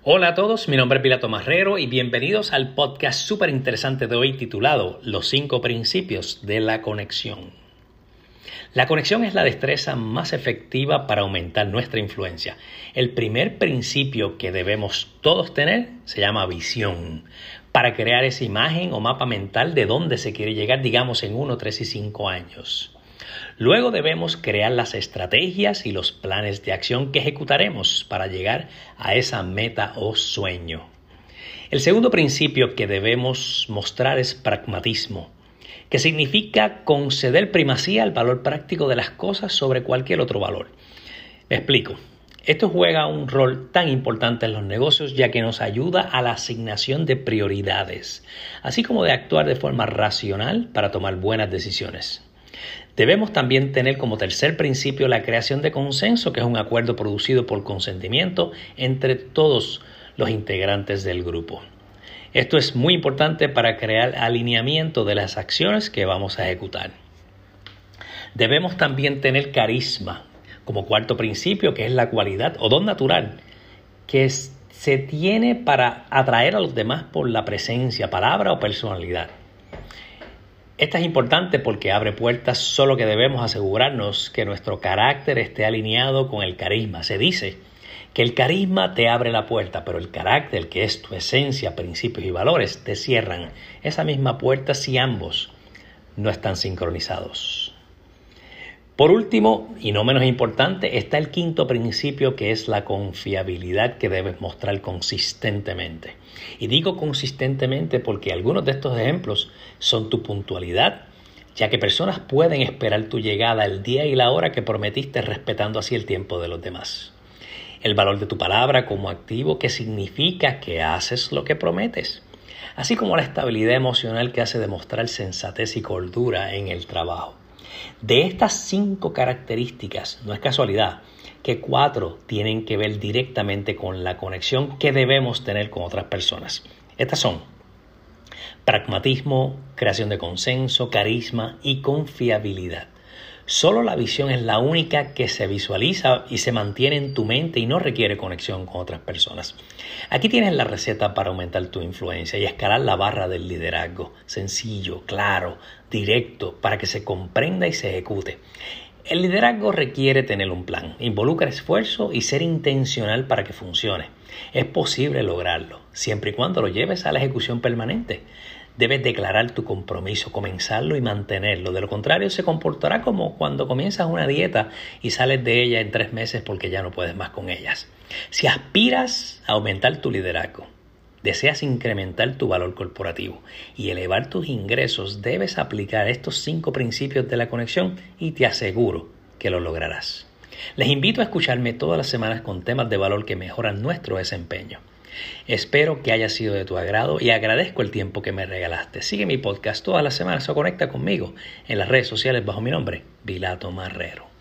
Hola a todos, mi nombre es Pilato Marrero y bienvenidos al podcast súper interesante de hoy titulado Los 5 principios de la conexión. La conexión es la destreza más efectiva para aumentar nuestra influencia. El primer principio que debemos todos tener se llama visión, para crear esa imagen o mapa mental de dónde se quiere llegar, digamos en 1, 3 y 5 años. Luego debemos crear las estrategias y los planes de acción que ejecutaremos para llegar a esa meta o sueño. El segundo principio que debemos mostrar es pragmatismo, que significa conceder primacía al valor práctico de las cosas sobre cualquier otro valor. Me explico. Esto juega un rol tan importante en los negocios ya que nos ayuda a la asignación de prioridades, así como de actuar de forma racional para tomar buenas decisiones. Debemos también tener como tercer principio la creación de consenso, que es un acuerdo producido por consentimiento entre todos los integrantes del grupo. Esto es muy importante para crear alineamiento de las acciones que vamos a ejecutar. Debemos también tener carisma como cuarto principio, que es la cualidad o don natural que se tiene para atraer a los demás por la presencia, palabra o personalidad. Esta es importante porque abre puertas, solo que debemos asegurarnos que nuestro carácter esté alineado con el carisma. Se dice que el carisma te abre la puerta, pero el carácter, que es tu esencia, principios y valores, te cierran esa misma puerta si ambos no están sincronizados. Por último, y no menos importante, está el quinto principio, que es la confiabilidad que debes mostrar consistentemente. Y digo consistentemente porque algunos de estos ejemplos son tu puntualidad, ya que personas pueden esperar tu llegada el día y la hora que prometiste, respetando así el tiempo de los demás. El valor de tu palabra como activo, que significa que haces lo que prometes, así como la estabilidad emocional que hace demostrar sensatez y cordura en el trabajo. De estas 5 características, no es casualidad que 4 tienen que ver directamente con la conexión que debemos tener con otras personas. Estas son pragmatismo, creación de consenso, carisma y confiabilidad. Solo la visión es la única que se visualiza y se mantiene en tu mente y no requiere conexión con otras personas. Aquí tienes la receta para aumentar tu influencia y escalar la barra del liderazgo. Sencillo, claro, directo, para que se comprenda y se ejecute. El liderazgo requiere tener un plan, involucra esfuerzo y ser intencional para que funcione. Es posible lograrlo, siempre y cuando lo lleves a la ejecución permanente. Debes declarar tu compromiso, comenzarlo y mantenerlo. De lo contrario, se comportará como cuando comienzas una dieta y sales de ella en 3 meses porque ya no puedes más con ellas. Si aspiras a aumentar tu liderazgo, deseas incrementar tu valor corporativo y elevar tus ingresos, debes aplicar estos 5 principios de la conexión y te aseguro que lo lograrás. Les invito a escucharme todas las semanas con temas de valor que mejoran nuestro desempeño. Espero que haya sido de tu agrado y agradezco el tiempo que me regalaste. Sigue mi podcast todas las semanas o conecta conmigo en las redes sociales bajo mi nombre, Pilato Marrero.